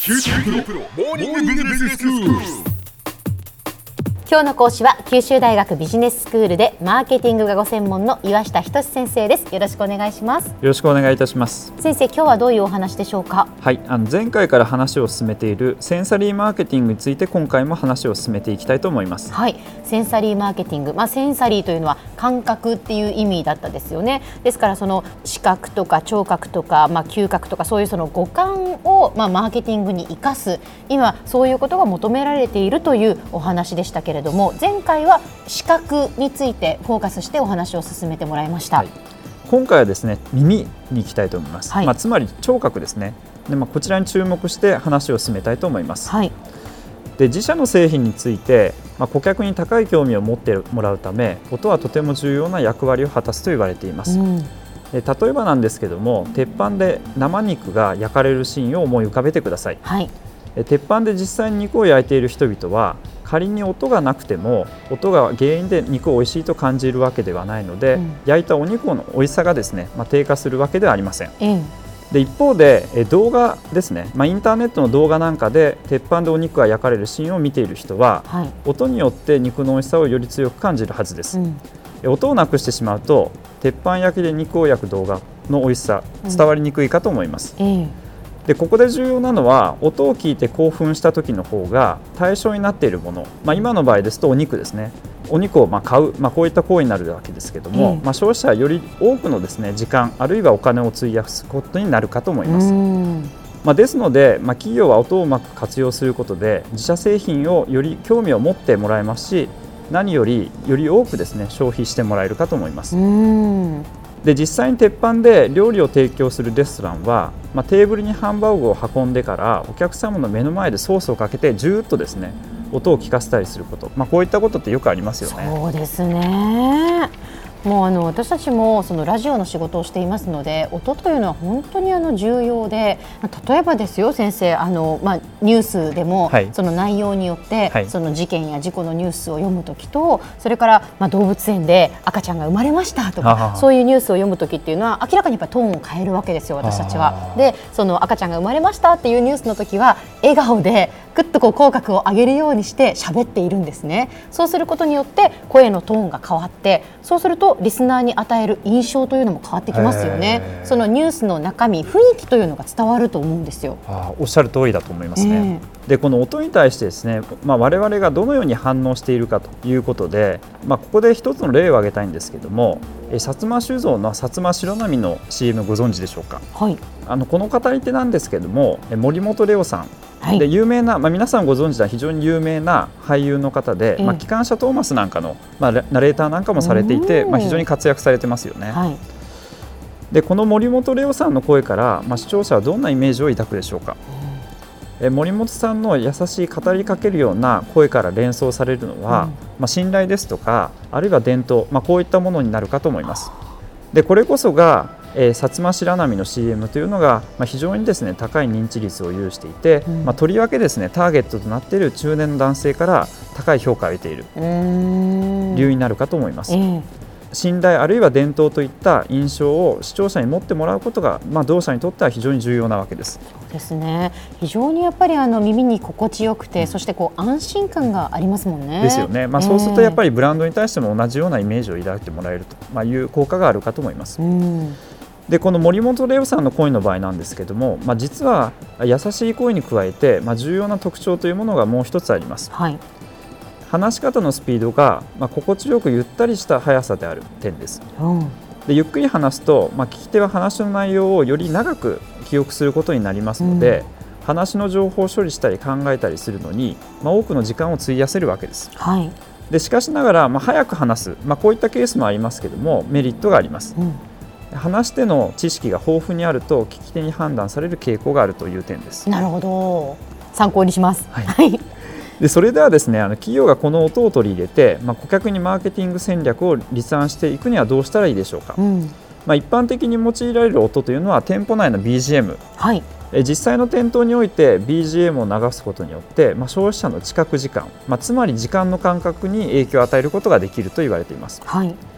九州大学モーニングビジネススクール。 今日の講師は九州大学ビジネススクールでマーケティングがご専門の岩下仁先生です。よろしくお願いします。 よろしくお願いいたします。 先生、今日はどういうお話でしょうか。 はい、前回から話を進めているセンサリーマーケティングについて今回も話を進めていきたいと思います。 はい、センサリーマーケティング、センサリーというのは感覚っていう意味だったですよね。ですからその視覚とか聴覚とか、嗅覚とかそういうその五感を、マーケティングに生かす、今そういうことが求められているというお話でしたけれども、前回は視覚についてフォーカスしてお話を進めてもらいました。 はい、今回はですね、耳に行きたいと思います。つまり聴覚ですね。で、こちらに注目して話を進めたいと思います。 はい、 で、自社の製品について、顧客に高い興味を持ってもらうため、音はとても重要な役割を果たすと言われています。で、例えばなんですけども、鉄板で生肉が焼かれるシーンを思い浮かべてください。 はい、 鉄板で実際に肉を焼いている人々は仮に音がなくても音が原因で肉を美味しいと感じるわけではないので、焼いたお肉の美味しさがですね、低下するわけではありません。で、一方で動画ですね、インターネットの動画なんかで鉄板でお肉が焼かれるシーンを見ている人は、音によって肉の美味しさをより強く感じるはずです。音をなくしてしまうと鉄板焼きで肉を焼く動画の美味しさ伝わりにくいかと思います。で、ここで重要なのは音を聞いて興奮した時の方が対象になっているもの、今の場合ですとお肉ですね。お肉を買う、こういった行為になるわけですけども、消費者はより多くのですね、時間あるいはお金を費やすことになるかと思います。ですので、企業は音をうまく活用することで自社製品をより興味を持ってもらえますし、何よりより多くですね、消費してもらえるかと思います。で、実際に鉄板で料理を提供するレストランは、テーブルにハンバーグを運んでからお客様の目の前でソースをかけてジューッとですね、音を聞かせたりすること、こういったことってよくありますよね。 そうですね。もう私たちもそのラジオの仕事をしていますので、音というのは本当に重要で、例えばですよ先生、ニュースでもその内容によって、その事件や事故のニュースを読むときと、それから動物園で赤ちゃんが生まれましたとか、そういうニュースを読むときっていうのは明らかにやっぱトーンを変えるわけですよ、私たちは。で、その赤ちゃんが生まれましたっていうニュースのときは笑顔でぐっと口角を上げるようにして喋っているんですね。そうすることによって声のトーンが変わって、そうするとリスナーに与える印象というのも変わってきますよね。そのニュースの中身、雰囲気というのが伝わると思うんですよ。 おっしゃる通りだと思いますね。で、この音に対してですね、我々がどのように反応しているかということで、ここで一つの例を挙げたいんですけども、薩摩酒造の薩摩白波の CM ご存知でしょうか。 はい、 この語り手なんですけども、森本レオさんで、有名な、皆さんご存知な非常に有名な俳優の方で、機関車トーマスなんかの、ナレーターなんかもされていて、非常に活躍されてますよね。で、この森本レオさんの声から、視聴者はどんなイメージを抱くでしょうか。森本さんの優しい語りかけるような声から連想されるのは、信頼ですとか、あるいは伝統、こういったものになるかと思います。で、これこそが薩摩白波の CM というのが、非常にですね、高い認知率を有していて、とりわけですね、ターゲットとなっている中年の男性から高い評価を得ている理由になるかと思います。信頼あるいは伝統といった印象を視聴者に持ってもらうことが、同社にとっては非常に重要なわけです。 そうですね。非常にやっぱり耳に心地よくて、そして安心感がありますもんね。 ですよね。そうするとやっぱりブランドに対しても同じようなイメージを抱いてもらえるという効果があるかと思います。で、この森本レオさんの声の場合なんですけども、実は優しい声に加えて、重要な特徴というものがもう一つあります。話し方のスピードが、心地よくゆったりした速さである点です。で、ゆっくり話すと、聞き手は話の内容をより長く記憶することになりますので、話の情報を処理したり考えたりするのに、多くの時間を費やせるわけです。で、しかしながら、早く話す、こういったケースもありますけども、メリットがあります。話し手の知識が豊富にあると聞き手に判断される傾向があるという点です。 なるほど、参考にします。 で、それではですね、企業がこの音を取り入れて、顧客にマーケティング戦略を立案していくにはどうしたらいいでしょうか。一般的に用いられる音というのは店舗内の BGM、実際の店頭において BGM を流すことによって、消費者の知覚時間、つまり時間の感覚に影響を与えることができると言われています。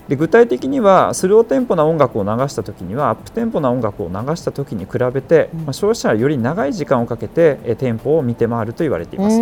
で具体的にはスローテンポな音楽を流したときにはアップテンポな音楽を流したときに比べて、消費者はより長い時間をかけて店舗を見て回ると言われています。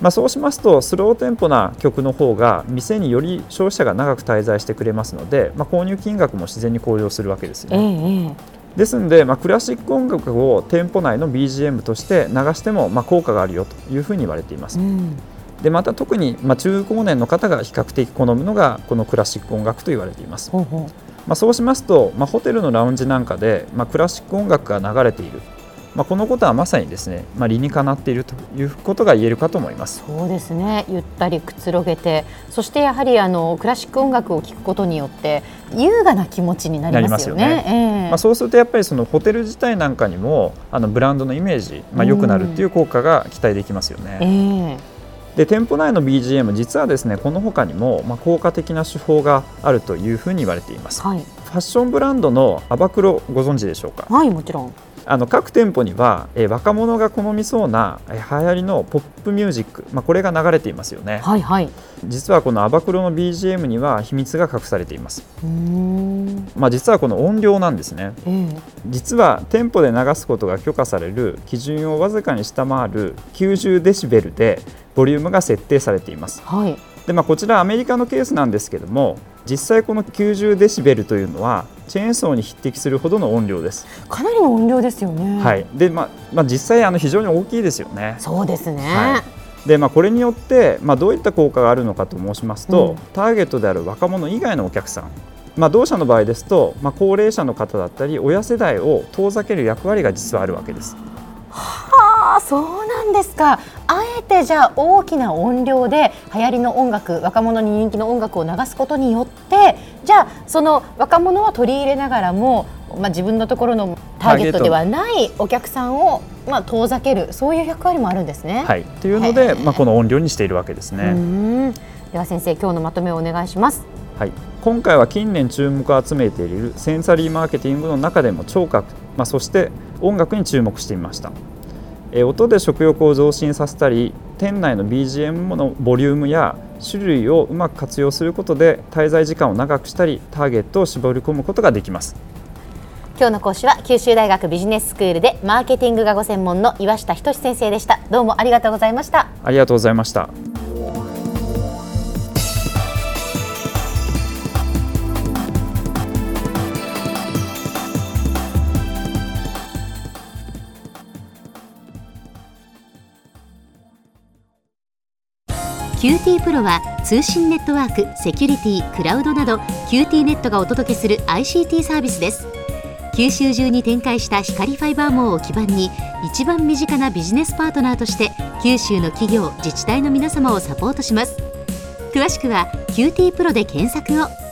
そうしますとスローテンポな曲の方が店により消費者が長く滞在してくれますので、購入金額も自然に向上するわけですよね。ですので、クラシック音楽を店舗内の BGM として流しても効果があるよというふうに言われています。でまた特に中高年の方が比較的好むのがこのクラシック音楽と言われています。そうしますと、ホテルのラウンジなんかで、クラシック音楽が流れている、このことはまさにですね、理にかなっているということが言えるかと思います。 そうですね、ゆったりくつろげて、そしてやはりクラシック音楽を聴くことによって優雅な気持ちになりますよね。 そうするとやっぱりそのホテル自体なんかにもブランドのイメージ、良くなるっていう効果が期待できますよね。で店舗内の BGM 実はですねこの他にも効果的な手法があるというふうに言われています。ファッションブランドのアバクロご存知でしょうか。 はい、もちろん。 各店舗には若者が好みそうな流行りのポップミュージック、これが流れていますよね。実はこのアバクロの BGM には秘密が隠されています。実はこの音量なんですね。実は店舗で流すことが許可される基準をわずかに下回る90デシベルでボリュームが設定されています。でこちらアメリカのケースなんですけども、実際この90デシベルというのはチェーンソーに匹敵するほどの音量です。 かなりの音量ですよね。 で実際非常に大きいですよね。 そうですね。 でこれによって、どういった効果があるのかと申しますと、ターゲットである若者以外のお客さん、同社の場合ですと、高齢者の方だったり親世代を遠ざける役割が実はあるわけです。 そうなんですか。あえてじゃあ大きな音量で流行りの音楽、若者に人気の音楽を流すことによって、じゃあその若者は取り入れながらも、自分のところのターゲットではないお客さんを遠ざける、そういう役割もあるんですね。 というので、この音量にしているわけですね。 では先生、今日のまとめをお願いします。 今回は近年注目を集めているセンサリーマーケティングの中でも聴覚、そして音楽に注目してみました。音で食欲を増進させたり、店内の BGM のボリュームや種類をうまく活用することで滞在時間を長くしたり、ターゲットを絞り込むことができます。 今日の講師は九州大学ビジネススクールでマーケティングがご専門の岩下仁先生でした。どうもありがとうございました。 ありがとうございました。 QT プロは通信ネットワーク、セキュリティ、クラウドなど QT ネットがお届けする ICT サービスです。九州中に展開した光ファイバー網を基盤に一番身近なビジネスパートナーとして九州の企業、自治体の皆様をサポートします。詳しくは QT プロで検索を。